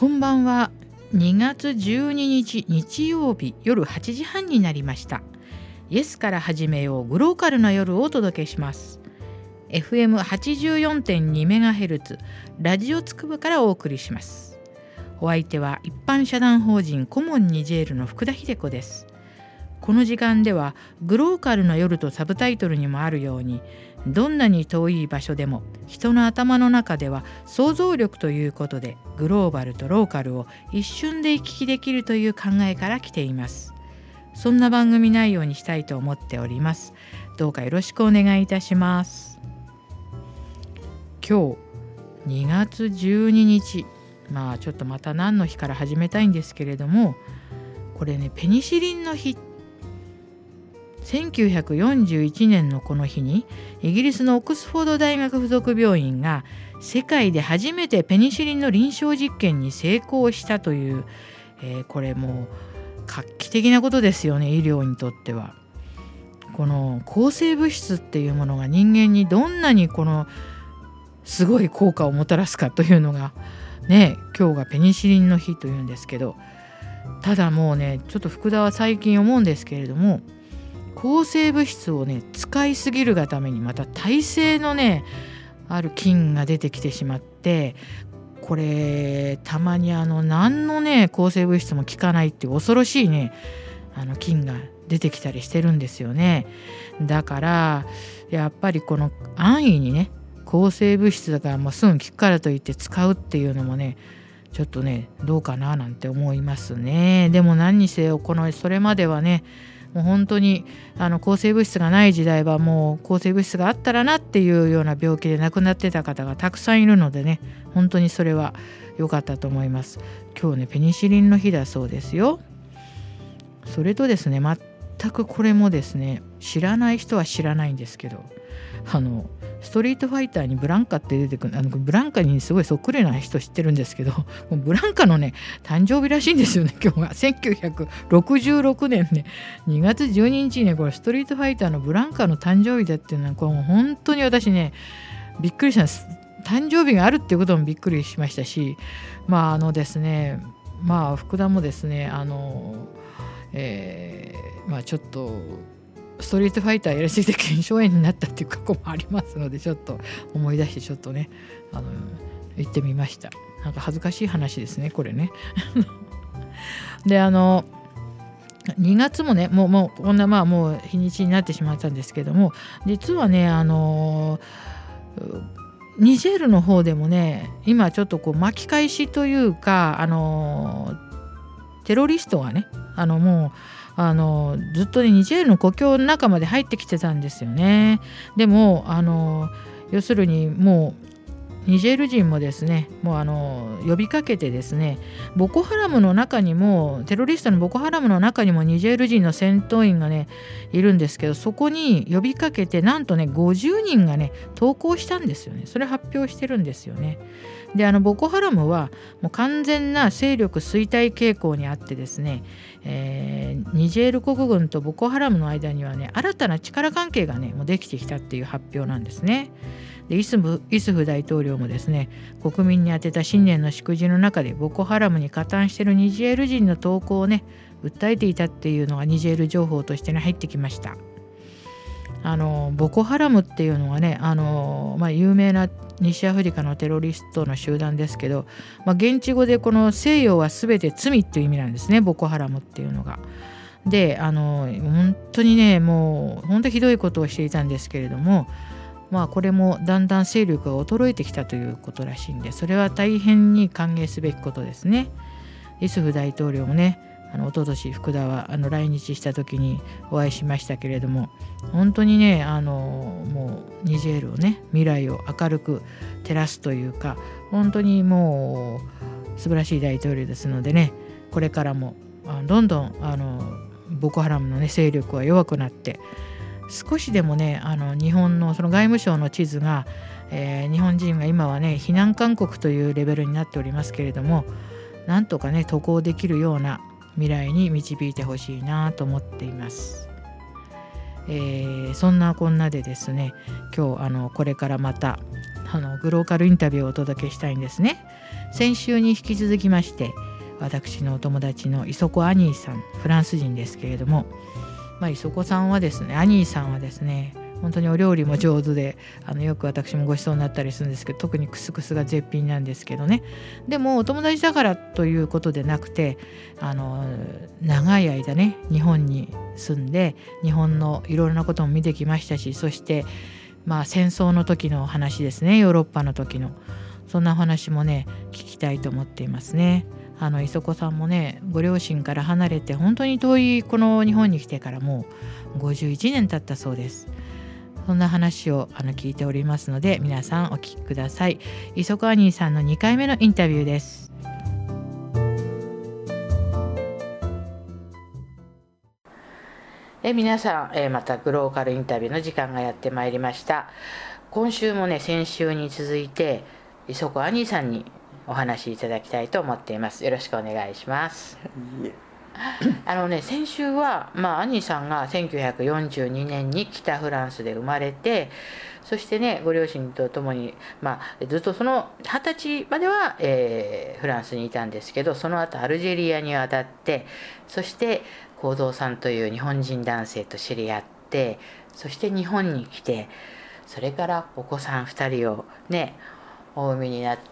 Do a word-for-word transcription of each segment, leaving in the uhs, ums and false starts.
こんばんは。にがつじゅうににち日曜日夜はちじはんになりました。イエスから始めようグローカルな夜をお届けします。 エフエムはちじゅうよんてんにメガヘルツ ラジオつくばからお送りします。お相手は一般社団法人コモンニジェールの福田秀子です。この時間ではグローカルな夜とサブタイトルにもあるように、どんなに遠い場所でも人の頭の中では想像力ということでグローバルとローカルを一瞬で行き来できるという考えから来ています。そんな番組内容にしたいと思っております。どうかよろしくお願いいたします。今日にがつじゅうににち、まあちょっとまた何の日から始めたいんですけれども、これねペニシリンの日、せんきゅうひゃくよんじゅういちねんのこの日にイギリスのオックスフォード大学附属病院が世界で初めてペニシリンの臨床実験に成功したという、えー、これもう画期的なことですよね、医療にとっては。この抗生物質っていうものが人間にどんなにこのすごい効果をもたらすかというのがね、今日がペニシリンの日というんですけど、ただもうねちょっと福田は最近思うんですけれども、抗生物質をね使いすぎるがためにまた耐性のねある菌が出てきてしまって、これたまにあの何のね抗生物質も効かないっていう恐ろしいねあの菌が出てきたりしてるんですよね。だからやっぱりこの安易にね抗生物質だからもうすぐ効くからといって使うっていうのもねちょっとねどうかななんて思いますね。でも何にせよこのそれまではねもう本当にあの抗生物質がない時代はもう抗生物質があったらなっていうような病気で亡くなってた方がたくさんいるのでね、本当にそれは良かったと思います。今日ねペニシリンの日だそうですよ。それとですね、全くこれもですね知らない人は知らないんですけど、あのストリートファイターにブランカって出てくる、あのブランカにすごいそっくりな人知ってるんですけど、ブランカのね誕生日らしいんですよね。今日がせんきゅうひゃくろくじゅうろくねんねにがつじゅうににちにねこれストリートファイターのブランカの誕生日だっていうのはこれもう本当に私ねびっくりしたんです。誕生日があるっていうこともびっくりしましたし、まああのですねまあ福田もですねあのえー、まあちょっとストリートファイターやりすぎて腱鞘炎になったっていう過去もありますので、ちょっと思い出してちょっとねあの言ってみました。なんか恥ずかしい話ですねこれねであのにがつもねもうもうこんなまあもう日にちになってしまったんですけども、実はねあのニジェールの方でもね今ちょっとこう巻き返しというかあのテロリストがねあのもうあのずっとねニジェールの国境の中まで入ってきてたんですよね。でもあの要するにもうニジェール人もですねもうあの呼びかけてですね、ボコハラムの中にもテロリストのボコハラムの中にもニジェール人の戦闘員がねいるんですけど、そこに呼びかけてなんとねごじゅうにんがね投降したんですよね。それ発表してるんですよね。であのボコハラムはもう完全な勢力衰退傾向にあってですね、えー、ニジェール国軍とボコハラムの間にはね新たな力関係がねもうできてきたっていう発表なんですね。でイスフ、イスフ大統領もですね国民に宛てた新年の祝辞の中でボコハラムに加担しているニジェール人の投降をね訴えていたっていうのがニジェール情報としてね入ってきました。あのボコハラムっていうのはねあの、まあ、有名な西アフリカのテロリストの集団ですけど、まあ、現地語でこの西洋は全て罪っていう意味なんですね、ボコハラムっていうのが。であの本当にねもう本当ひどいことをしていたんですけれども、まあこれもだんだん勢力が衰えてきたということらしいんで、それは大変に歓迎すべきことですね。イスフ大統領もねあの一昨年福田はあの来日した時にお会いしましたけれども、本当にねあのもうニジェールをね未来を明るく照らすというか本当にもう素晴らしい大統領ですのでね、これからもどんどんあのボコハラムの、ね、勢力は弱くなって少しでもねあの日本のその外務省の地図が、えー、日本人が今はね避難勧告というレベルになっておりますけれども、なんとかね渡航できるような未来に導いてほしいなと思っています。えー、そんなこんなでですね今日あのこれからまたあのグローカルインタビューをお届けしたいんですね。先週に引き続きまして私のお友達の磯子アニーさん、フランス人ですけれども、まあ、磯子さんはですねアニーさんはですね本当にお料理も上手で、あのよく私もご馳走になったりするんですけど、特にクスクスが絶品なんですけどね。でもお友達だからということでなくて、あの長い間ね日本に住んで日本のいろいろなことも見てきましたし、そしてまあ戦争の時の話ですね、ヨーロッパの時のそんな話もね聞きたいと思っていますね。あの磯子さんもねご両親から離れて本当に遠いこの日本に来てからもうごじゅういちねん経ったそうです。そんな話をあの聞いておりますので、皆さんお聞きください。磯子アニーさんのにかいめのインタビューです。え皆さん、えまたグローカルインタビューの時間がやってまいりました。今週もね先週に続いて磯子アニーさんにお話しいただきたいと思っています。よろしくお願いします。いえあのね先週は、まあ、アニーさんがせんきゅうひゃくよんじゅうにねんに北フランスで生まれて、そしてねご両親と共に、まあ、ずっとそのはたちまでは、えー、フランスにいたんですけど、その後アルジェリアに渡って、そして幸三さんという日本人男性と知り合って、そして日本に来て、それからお子さんふたりをねお産みになって、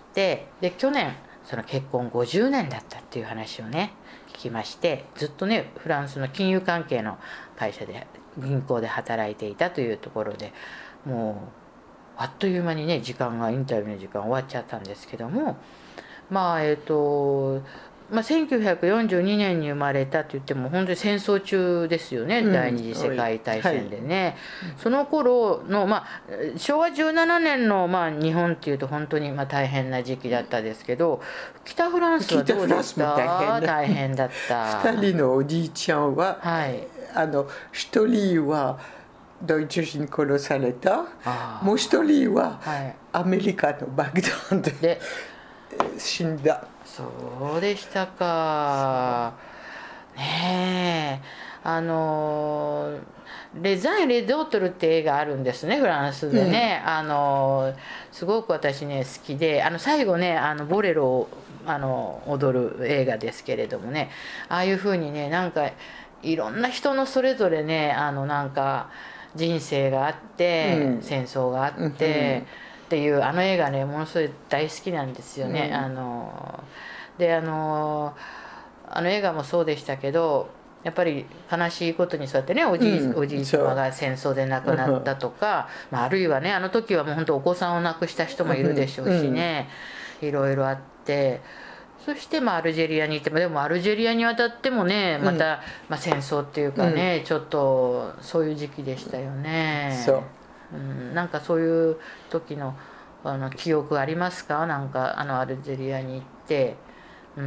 で去年その結婚ごじゅうねんだったっていう話をね聞きまして、ずっとねフランスの金融関係の会社で銀行で働いていたというところで、もうあっという間にね時間がインタビューの時間終わっちゃったんですけども、まあえっとまあ、せんきゅうひゃくよんじゅうにねんに生まれたといっても本当に戦争中ですよね、うん、第二次世界大戦でね、はい、その頃の、まあ、しょうわじゅうななねんの、まあ、日本っていうと本当にまあ大変な時期だったですけど、北フランスはどうでした？大変、大変だったふたりのおじいちゃんは、はい、あのひとりはドイツ人殺された、もう一人はアメリカのバグダンで死んだ。 そうでしたかねえ。あのレザン・レドートルって映画あるんですね、フランスでね、うん、あのすごく私ね好きで、あの最後ねあのボレロをあの踊る映画ですけれどもね、ああいう風にねなんかいろんな人のそれぞれねあのなんか人生があって、うん、戦争があって、うん、っていうあの映画ねものすごい大好きなんですよね、うん、あのであのあの映画もそうでしたけど、やっぱり悲しいことにそうやってねおじい、うん、おじい様が戦争で亡くなったとか、まあ、あるいはねあの時はもう本当お子さんを亡くした人もいるでしょうしね、うん、いろいろあって、そしてまあアルジェリアに行っても、でもアルジェリアに渡ってもねまた、まあ、戦争っていうかね、うん、ちょっとそういう時期でしたよね。 そう、 うん、なんかそういう時のあの記憶ありますか？なんかあのアルジェリアに行って、うん、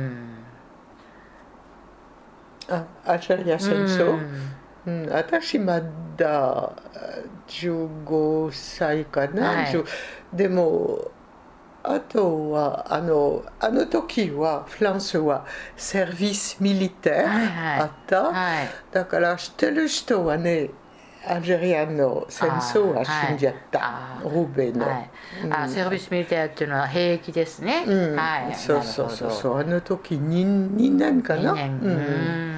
あアルジェリア戦争、うん、うん、私まだじゅうごさいかな、はい、でもあとはあのあの時はフランスはサービスミリターあった、はいはい、だから知ってる人はねアルジェリアの戦争は死んじゃった、欧米の、はい、 うん、あサービスミリターっていうのは兵役ですね、 うん、はい、そうそうそうそう、あの時 2, にねんかな、 にねん、うんうん、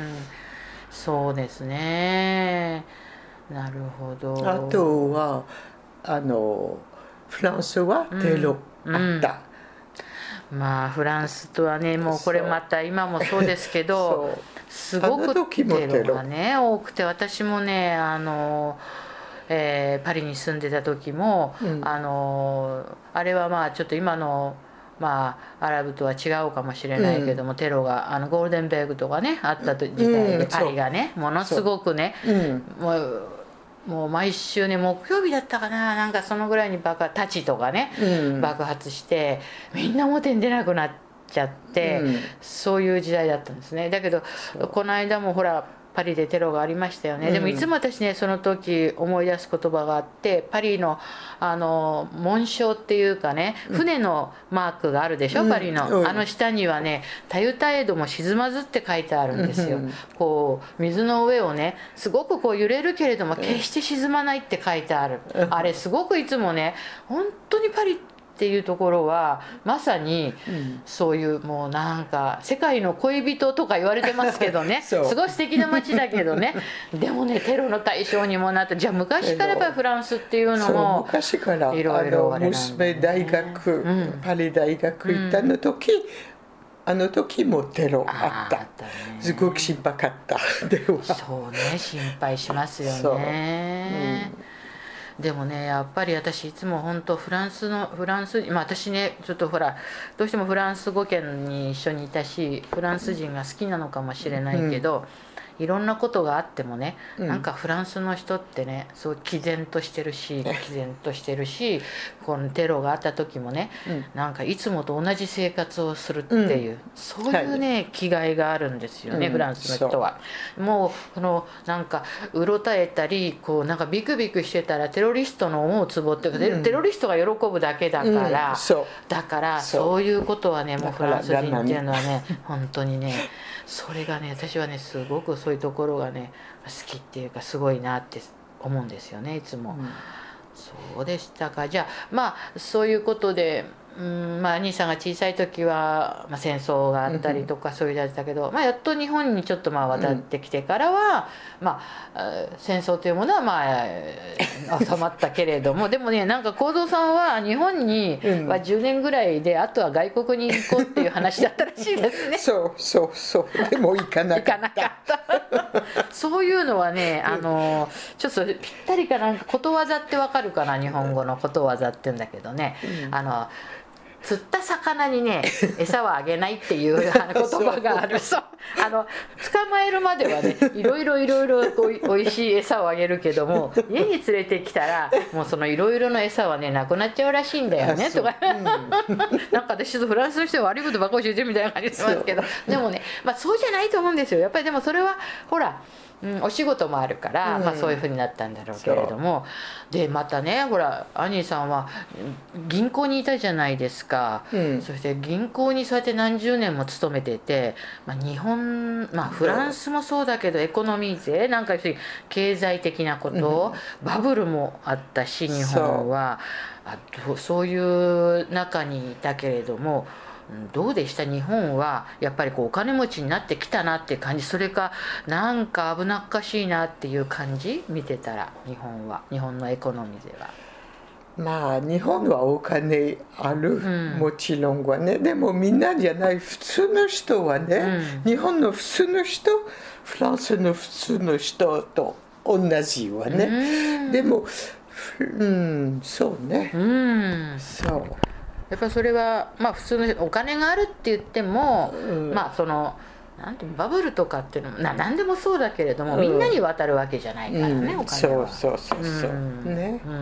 そうですね、なるほど。 あとはあのフランスはテロあった、うんうん、まあフランスとはねもうこれまた今もそうですけどすごくテロがね多くて、私もねあの、えー、パリに住んでた時も、うん、あのあれはまあちょっと今のまあアラブとは違うかもしれないけども、うん、テロがあのゴールデンベーグとかねあった時代で、うん、パリがねものすごくね、うん、もうもう毎週ね木曜日だったかな、なんかそのぐらいに爆発タチとかね、うん、爆発してみんな表に出なくなっちゃって、うん、そういう時代だったんですね。だけどこの間もほらパリでテロがありましたよね、うん、でもいつも私ねその時思い出す言葉があって、パリのあの紋章っていうかね船のマークがあるでしょ、うん、パリの、うん、あの下にはねたゆたえども沈まずって書いてあるんですよ、うん、こう水の上をねすごくこう揺れるけれども決して沈まないって書いてある、うん、あれすごくいつもね本当にパリっていうところはまさにそういうもうなんか世界の恋人とか言われてますけどねすごい素敵な街だけどねでもねテロの対象にもなってじゃあ昔からやっぱりフランスっていうのも昔からいろいろあの娘大学、うん、パリ大学行ったの時、うんあの時もテロあった。あったね、すごく心配かったではそうね心配しますよね、うん、でもねやっぱり私いつも本当フランスのフランスまあ私ねちょっとほらどうしてもフランス語圏に一緒にいたしフランス人が好きなのかもしれないけど、うんいろんなことがあってもね、うん、なんかフランスの人ってねそう毅然としてるし毅然としてるしこのテロがあった時もね、うん、なんかいつもと同じ生活をするっていう、うん、そういうね、はい、気概があるんですよね、うん、フランスの人は。もうこのなんかうろたえたりこうなんかビクビクしてたらテロリストの思うツボっていうか、うん、テロリストが喜ぶだけだから、うん、だからそういうことはねもうフランス人っていうのはね本当にねそれがね私はねすごくそういうところがね好きっていうかすごいなって思うんですよねいつも、うん、そうでしたか。じゃあまあそういうことでうんまあ兄さんが小さい時は、まあ、戦争があったりとかそういうやつだけど、まあ、やっと日本にちょっとまあ渡ってきてからは、まあ、戦争というものはまあ収まったけれどもでもねなんか幸三さんは日本にはじゅうねんぐらいであとは外国に行こうっていう話だったらしいですねそうそうそうでも行かなかった行かなかったそういうのはねあのちょっとぴったりかなんかことわざってわかるかな日本語のことわざって言うんだけどね、うん、あの釣った魚にね餌はあげないっていう言葉があるそうあの捕まえるまではねいろいろいろいろおいしい餌をあげるけども家に連れてきたらもうそのいろいろの餌はねなくなっちゃうらしいんだよねとか、うん、なんか私ちょっとフランスの人は悪いことばっかり教えてるみたいな感じしますけどでもね、まあ、そうじゃないと思うんですよやっぱり。でもそれはほらうん、お仕事もあるから、うんまあ、そういう風になったんだろうけれどもでまたねほらアニーさんは銀行にいたじゃないですか、うん、そして銀行にそうやって何十年も勤めてて、まあ、日本、まあ、フランスもそうだけどエコノミー税なんか経済的なこと、うん、バブルもあったし日本はあとそういう中にいたけれどもどうでした日本はやっぱりこうお金持ちになってきたなっていう感じそれかなんか危なっかしいなっていう感じ見てたら日本は日本のエコノミーではまあ日本はお金ある、うん、もちろんはねでもみんなじゃない普通の人はね、うん、日本の普通の人フランスの普通の人と同じはね、うん、でもうんそうね、うん、そうやっぱりそれはまあ普通のお金があるって言っても、うん、まあそのなんていうバブルとかっていうのもな何でもそうだけれども、うん、みんなに渡るわけじゃないからね、うん、お金は。 そうそうそうそう、うん、ね、 うん、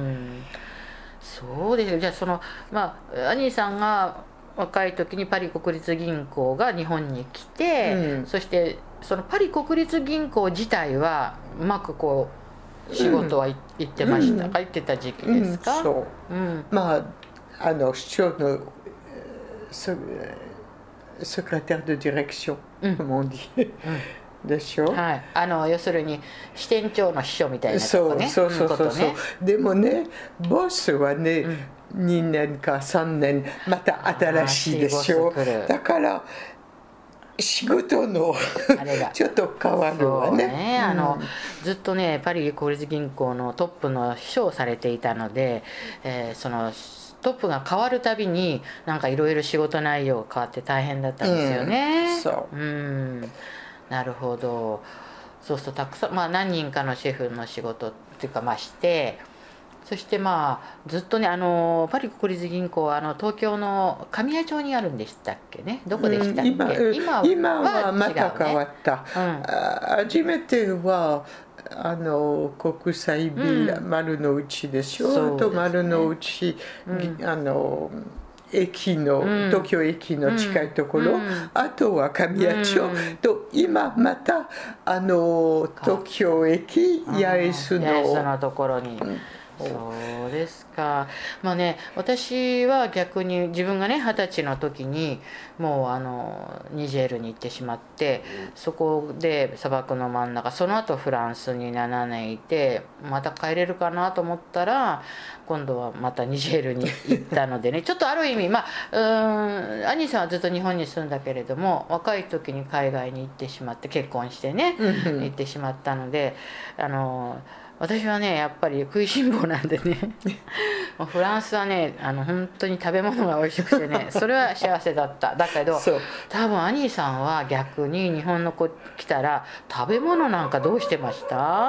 そうですよ。じゃあそのまあアニーさんが若い時にパリ国立銀行が日本に来て、うん、そしてそのパリ国立銀行自体はうまくこう仕事は行ってましたか、行ってた時期ですか？ そう、うん、まああの市長のセクレターでディレクション、comme on dit、でしょ、 はい、あの要するに支店長の秘書みたいなとこね。 そうそうそうそうそう、ね、でもねボスはね、うん、にねんかさんねんまた新しいでしょ。だから仕事のあれがちょっと変わるわね。 ね、あの、うん、ずっとねパリ国立銀行のトップの秘書をされていたので、えー、そのトップが変わるたびになんかいろいろ仕事内容が変わって大変だったんですよね。 うん、そう、 うん、なるほど。そうするとたくさん、まあ、何人かのシェフの仕事っていうかまあしてそしてまあずっとねあのパリ国立銀行はあの東京の神谷町にあるんでしたっけね。どこでしたっけ、うん、 今, 今はまた変わった、うん、初めてはあの国際ビル、うん、丸の内でしょ。そうですね、と丸の内、うん、あの駅の、うん、東京駅の近いところ、うん、あとは神谷町、うん、と今またあの東京駅八重洲の、 のところに、 そうですか。まあね、私は逆に自分がね二十歳の時にもうあのニジェールに行ってしまって、そこで砂漠の真ん中、その後フランスにななねんいて、また帰れるかなと思ったら今度はまたニジェールに行ったのでねちょっとある意味、まあうーん兄さんはずっと日本に住んだけれども、若い時に海外に行ってしまって結婚してね行ってしまったので、あの私はねやっぱり食いしん坊なんでねフランスはねあの本当に食べ物が美味しくてねそれは幸せだった。だけど多分兄さんは逆に日本の子来たら食べ物なんかどうしてました？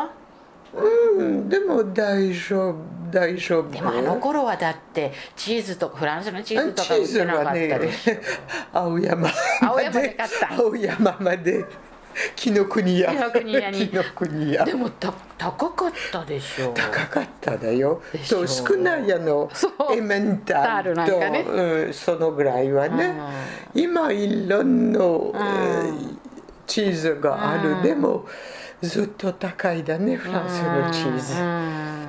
うん、でも大丈夫大丈夫。 でもあの頃はだってチーズとかフランスのチーズとか売ってなかったでしょ。 ね、青山青山で買った青山まで紀ノ国屋紀ノ国屋に紀ノ国屋でもた高かったでしょ。 高かっただよ。と少ないあのエメンタルと、ねうん、そのぐらいはね、うん、今いろんな、うん、チーズがある、うん、でもずっと高いだねフランスのチーズ、うん、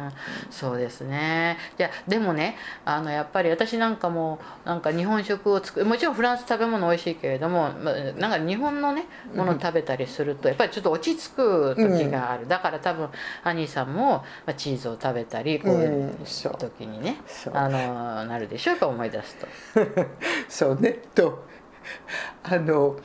そうですね。いやでもねあのやっぱり私なんかもなんか日本食を作る、もちろんフランス食べ物美味しいけれども、なんか日本のねもの食べたりするとやっぱりちょっと落ち着く時がある、うん、だから多分ハニーさんもチーズを食べたりこういう時にね、うん、あのなるでしょうか、思い出すとそうねとあの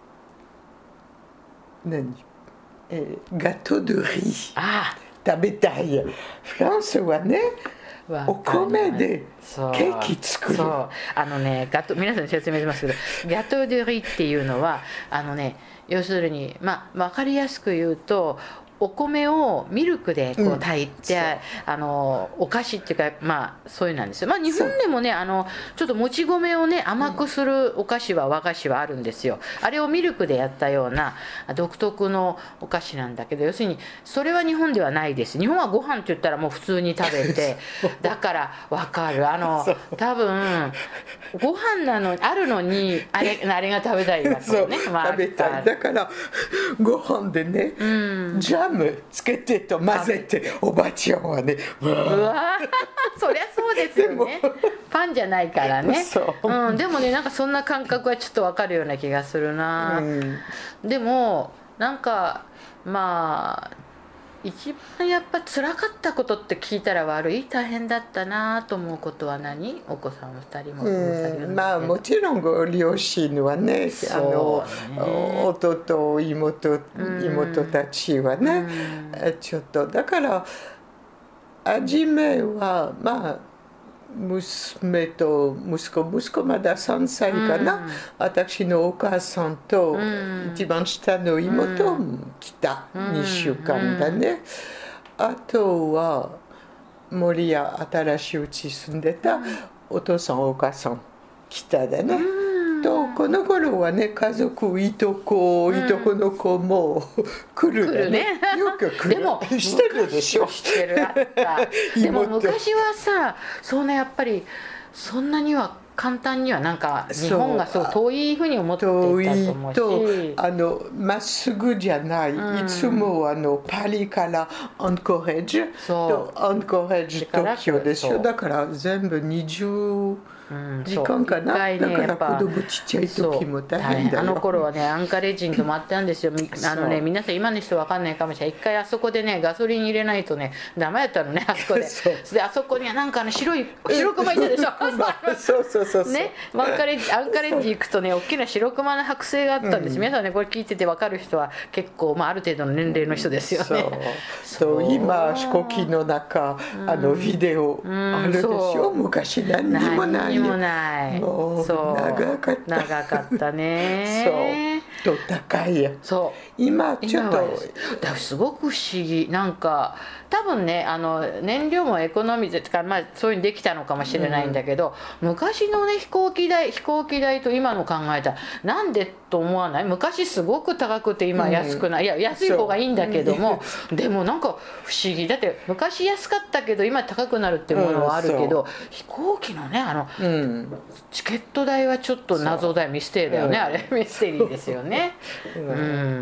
何えー、ガトー・ド・リー食べたい。フランスはねお米でケーキ作る。 そうあのねガト皆さんに説明しますけどガトー・ド・リーっていうのはあのね要するにまあ分かりやすく言うとお米をミルクでこう炊いて、うん、あのお菓子っていうかまあそういうなんですよ。まあ日本でもねあのちょっともち米をね甘くするお菓子は和菓子はあるんですよ。あれをミルクでやったような独特のお菓子なんだけど、要するにそれは日本ではないです。日本はご飯って言ったらもう普通に食べてだから分かる。あの多分ご飯なのあるのにあれあれが食べたいわけよね。 そう食べたい。だからご飯でね、うん、ジャムつけてと混ぜておばあちゃんはねうわそりゃそうですよねパンじゃないからね。そう、うん、でもねなんかそんな感覚はちょっと分かるような気がするな、うん、でもなんかまあ一番やっぱ辛かったことって聞いたら悪い大変だったなと思うことは何？お子さんふたりも、 うん、まあもちろんご両親はね、ねあの弟と妹、妹たちはね、うん、ちょっとだから初めはまあ娘と息子息子まださんさいかな、うん、私のお母さんと一番下の妹も来た、うん、にしゅうかんだね、うん、あとは森や新しいうち住んでたお父さんお母さん来ただね、うん、とこの頃はね家族いとこ、うん、いとこの子も来るだね、ねよく来る。でもしてるでしょ。 してるあったでも昔はさそんなやっぱりそんなには簡単にはなんか日本がそう遠いふうに思っていたと思うし、遠いとあのまっすぐじゃない、うん、いつもあのパリからアンコレッジとアンコレッジ東京でしょ。だから全部にじゅう時間かな、ね、だから子供ちっちゃい時も大変だよ。 あの頃はねアンカレッジに泊まったんですよあのね皆さん今の人分かんないかもしれない。一回あそこでねガソリン入れないとねダメやったのねあそこでであそこにはなんかあの白い白熊いたでしょそうそうそうそうねアンカレッジアンカレッジ行くとね大きな白熊の剥製があったんです、うん、皆さんねこれ聞いてて分かる人は結構、まあ、ある程度の年齢の人ですよね。 そうそう今飛行機の中あのビデオあるでしょ、うん、昔何にもないもない。 もう長かった長かったね。 そうと高いやそう今ちょっとだすごく不思議なんか多分ねあの燃料もエコノミーでか、まあ、そういうにできたのかもしれないんだけど、うん、昔のね飛行機代飛行機代と今の考えたらなんでと思わない？昔すごく高くて今安くない、うん、いや安い方がいいんだけども、うん、でもなんか不思議だって昔安かったけど今高くなるっていうものはあるけど、うん、飛行機のねあの、うん、チケット代はちょっと謎だよミステリーだよね、うん、あれミステリーですよね、うんうん、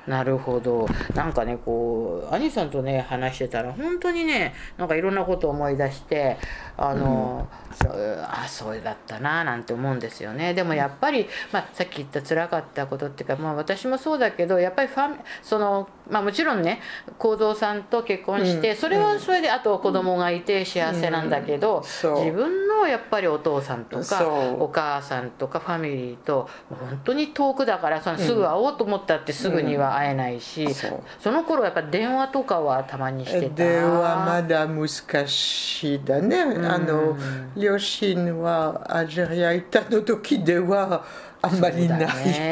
なるほど。なんかねこう兄さんとね話してたら本当にねなんかいろんなことを思い出してあの、うん、そうあそうだったななんて思うんですよね。でもやっぱり、まあ、さっき言った辛かったことっていうか、まあ、私もそうだけどやっぱりファミその、まあ、もちろんね幸三さんと結婚して、うん、それはそれであと子供がいて幸せなんだけど、うん、自分のやっぱりお父さんとかお母さんとかファミリーと本当に遠くだからそのすぐ会おうと思ったってすぐには会えないし、うん、そ, その頃やっぱ電話とかはたまにしてた。 電話まだ難しいだね、うん、あの両親はアジア行ったの時ではあんまりない、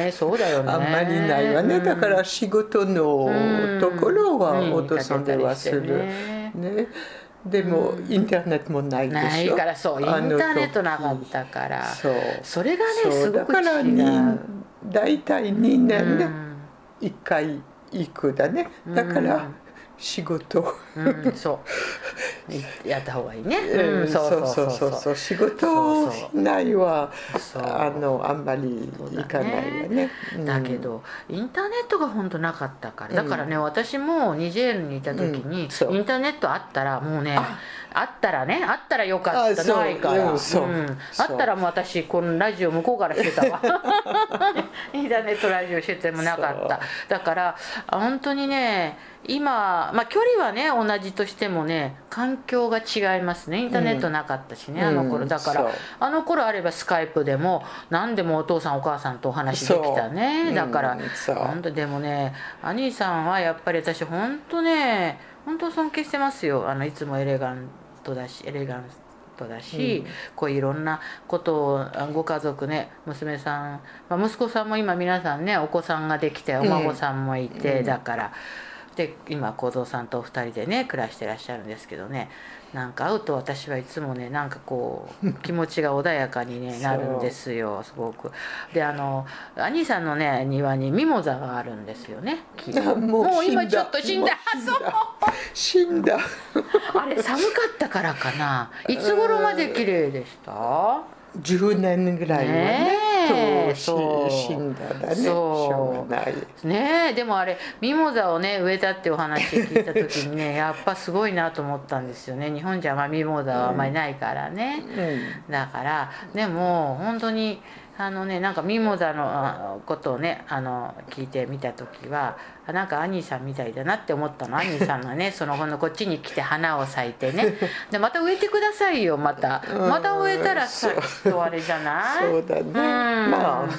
そうだよね、 あんまりないわね、うん、だから仕事のところはお父さんではする、ねね、でも、うん、インターネットもないでしょ。 ないからそうインターネットなかったからそうそれがねすごく違う。だから大体にねんでいっかい行くだね、だから、うん仕事、 うん、そうやった方がいいね、 うん、そうそうそうそうそう仕事しないはあのあんまりいかないわね。 だ, ね、だけど、うん、インターネットが本当なかったからだからね、うん、私もニジェールにいた時に、うん、インターネットあったらもうねあったらねあったらよかったないから、うん、あったらもう私このラジオ向こうからしてたわインターネットラジオしててもなかった。だから本当にね今、まあ、距離はね同じとしてもね環境が違いますね。インターネットなかったしね、うん、あの頃だから、うん、あの頃あればスカイプでも何でもお父さんお母さんとお話できたね。だから、うん、本当でもね兄さんはやっぱり私本当ね本当尊敬してますよ。あのいつもエレガントだしエレガントだし、うん、こういろんなことをご家族ね娘さん、まあ、息子さんも今皆さんねお子さんができてお孫さんもいて、うん、だからで今幸三さんとお二人でね暮らしてらっしゃるんですけどねなんか会うと私はいつもねなんかこう気持ちが穏やかに、ね、なるんですよすごく。であの兄さんのね庭にミモザがあるんですよね。 もう, もう今ちょっと死んだ死んだあれ寒かったからかないつ頃まで綺麗でしたじゅうねんぐらいはねと死んだだねしょうがないね。でもあれミモザをね植えたっていうお話聞いた時にねやっぱすごいなと思ったんですよね。日本じゃまあミモザはあんまりないからね、うん、だからでも本当にあのねなんかミモザのことをねあの聞いてみた時はなんか兄さんみたいだなって思ったの。兄さんがねその今度こっちに来て花を咲いてねでまた植えてくださいよまたまた植えたらさきっとあれじゃないそうだね、うん、まあ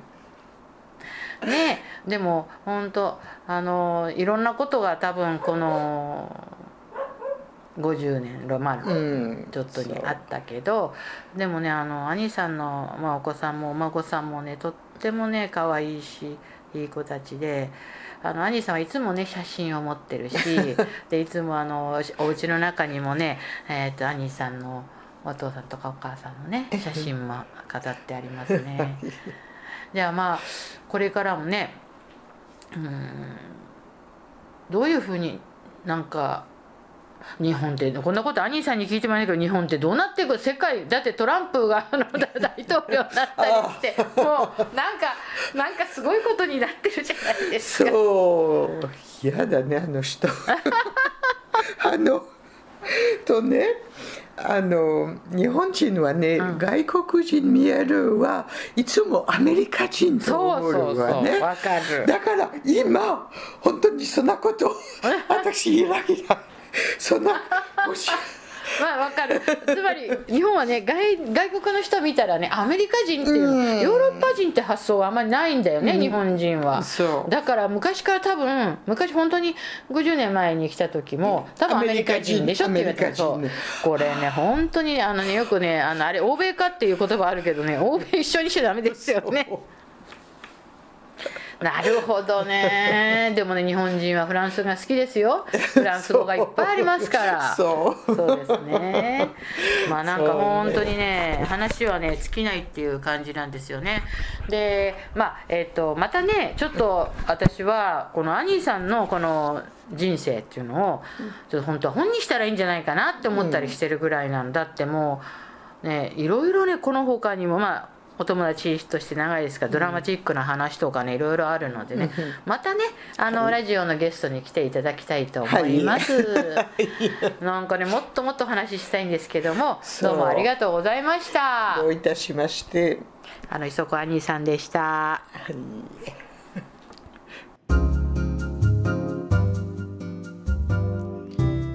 ねでも本当あのいろんなことが多分このごじゅうねんまあ、ちょっとにあったけど、うん、でもねあの兄さんの、まあ、お子さんもお孫さんもねとってもね可愛いしいい子たちであの兄さんはいつもね写真を持ってるしでいつもあのお家の中にもね、えー、と兄さんのお父さんとかお母さんのね写真も飾ってありますねじゃあまあこれからもねうんどういうふうになんか日本ってこんなこと兄さんに聞いてもないけど日本ってどうなっていく世界だってトランプが大統領になったりしてもうなんかなんかすごいことになってるじゃないですか。 そう嫌だねあの人あのとねあの日本人はね、うん、外国人見えるはいつもアメリカ人と思うわね。そうそうそうわかる。だから今本当にそんなこと私イライラそんなもしまあわかる。つまり日本はね 外, 外国の人見たらねアメリカ人っていう、うん、ヨーロッパ人って発想はあんまりないんだよね、うん、日本人は。そうだから昔から多分昔本当にごじゅうねんまえに来た時も多分アメリカ人でしょって言われた。そうこれね本当にあのねよくねあのあれ欧米化っていう言葉あるけどね欧米一緒にしちゃダメですよねなるほどね。でもね日本人はフランスが好きですよ。フランス語がいっぱいありますからそうそうですね。まあなんか本当にね話はね尽きないっていう感じなんですよね。でまあえっとまたねちょっと私はこのアニーさんのこの人生っていうのをちょっと本当は本にしたらいいんじゃないかなって思ったりしてるぐらいなんだってもうねいろいろねこの他にもまあおお友達として長いですから、ドラマチックな話とかねいろいろあるのでね、うん、またねあの、はい、ラジオのゲストに来ていただきたいと思います、はい、なんかねもっともっと話したいんですけども、どうもありがとうございました。 どういたしまして。 あの磯子兄さんでした。はい、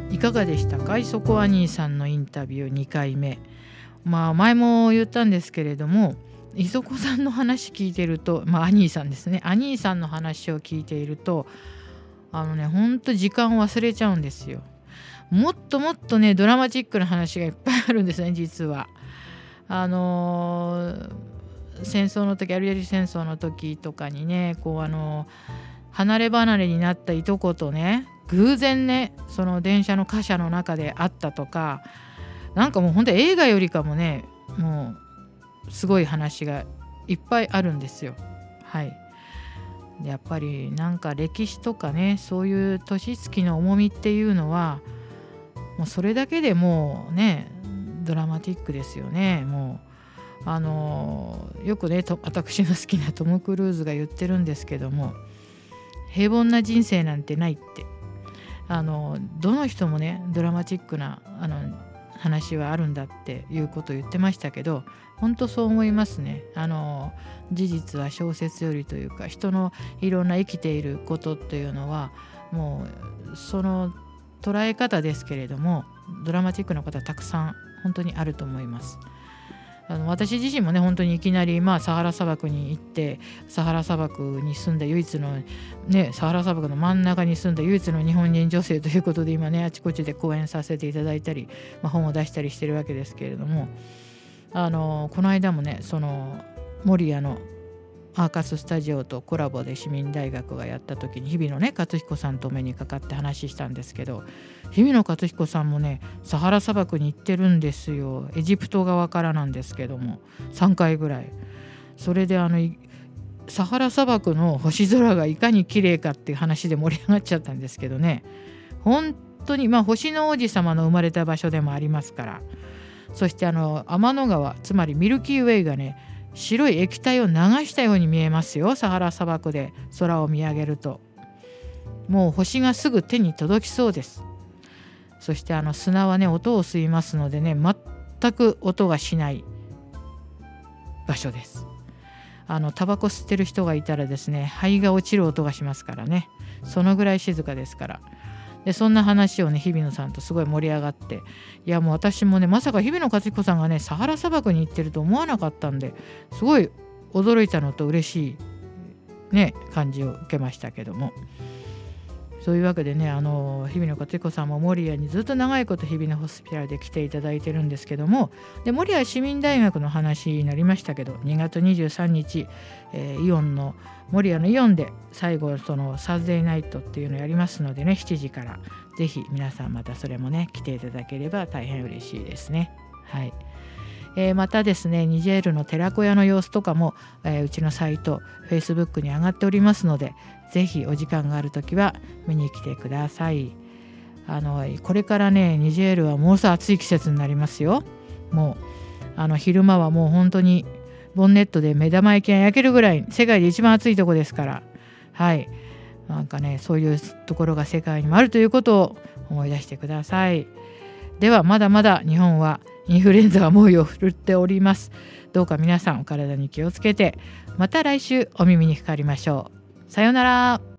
いかがでしたか、磯子兄さんのインタビューにかいめ。まあ前も言ったんですけれども、磯子さんの話聞いてると、まあ兄さんですね、兄さんの話を聞いていると、あのねほんと時間を忘れちゃうんですよ。もっともっとねドラマチックな話がいっぱいあるんですね、実は。あのー、戦争の時、アルジェリア戦争の時とかにね、こうあのー、離れ離れになったいとことね偶然ねその電車の貨車の中で会ったとか、なんかもう本当映画よりかもねもうすごい話がいっぱいあるんですよ。はい。やっぱりなんか歴史とかねそういう年月の重みっていうのはもうそれだけでもうねドラマティックですよね。もうあのよくねと私の好きなトム・クルーズが言ってるんですけども、平凡な人生なんてないって、あのどの人もねドラマチックなあの話はあるんだっていうことを言ってましたけど、本当そう思いますね。あの事実は小説よりというか、人のいろんな生きていることっていうのはもうその捉え方ですけれども、ドラマチックなことはたくさん本当にあると思います。あの私自身もね本当にいきなり、まあ、サハラ砂漠に行って、サハラ砂漠に住んだ唯一のねサハラ砂漠の真ん中に住んだ唯一の日本人女性ということで、今ねあちこちで講演させていただいたり、まあ、本を出したりしてるわけですけれども、あのこの間もねその守谷のアーカススタジオとコラボで市民大学がやった時に日比野ね勝彦さんとお目にかかって話したんですけど、日比野勝彦さんもねサハラ砂漠に行ってるんですよ。エジプト側からなんですけどもさんかいぐらい。それであのサハラ砂漠の星空がいかに綺麗かっていう話で盛り上がっちゃったんですけどね、本当にまあ星の王子様の生まれた場所でもありますから。そしてあの天の川、つまりミルキーウェイがね白い液体を流したように見えますよ、サハラ砂漠で空を見上げると。もう星がすぐ手に届きそうです。そしてあの砂はね音を吸いますのでね全く音がしない場所です。あのタバコ吸ってる人がいたらですね肺が落ちる音がしますからね、そのぐらい静かですから。でそんな話をね日比野さんとすごい盛り上がって、いやもう私もねまさか日比野勝彦さんがねサハラ砂漠に行ってると思わなかったんで、すごい驚いたのと嬉しいね感じを受けましたけども、そういうわけでねあの日比野勝彦さんも守谷にずっと長いこと日比野ホスピタルで来ていただいてるんですけども、で守谷市民大学の話になりましたけど、にがつにじゅうさんにち、えー、イオンの守谷のイオンで最後そのサーズデイナイトっていうのをやりますのでね、しちじからぜひ皆さんまたそれもね来ていただければ大変嬉しいですね。はい。えー、またですねニジェールの寺子屋の様子とかも、えー、うちのサイト Facebook に上がっておりますので、ぜひお時間があるときは見に来てください。あのこれからねニジェールはもうすぐ暑い季節になりますよ。もうあの昼間はもう本当にボンネットで目玉焼きが焼けるぐらい世界で一番暑いとこですから、はい、なんかねそういうところが世界にもあるということを思い出してください。ではまだまだ日本はインフルエンザが猛威を振るっております。どうか皆さんお体に気をつけて、また来週お耳にかかりましょう。さようなら。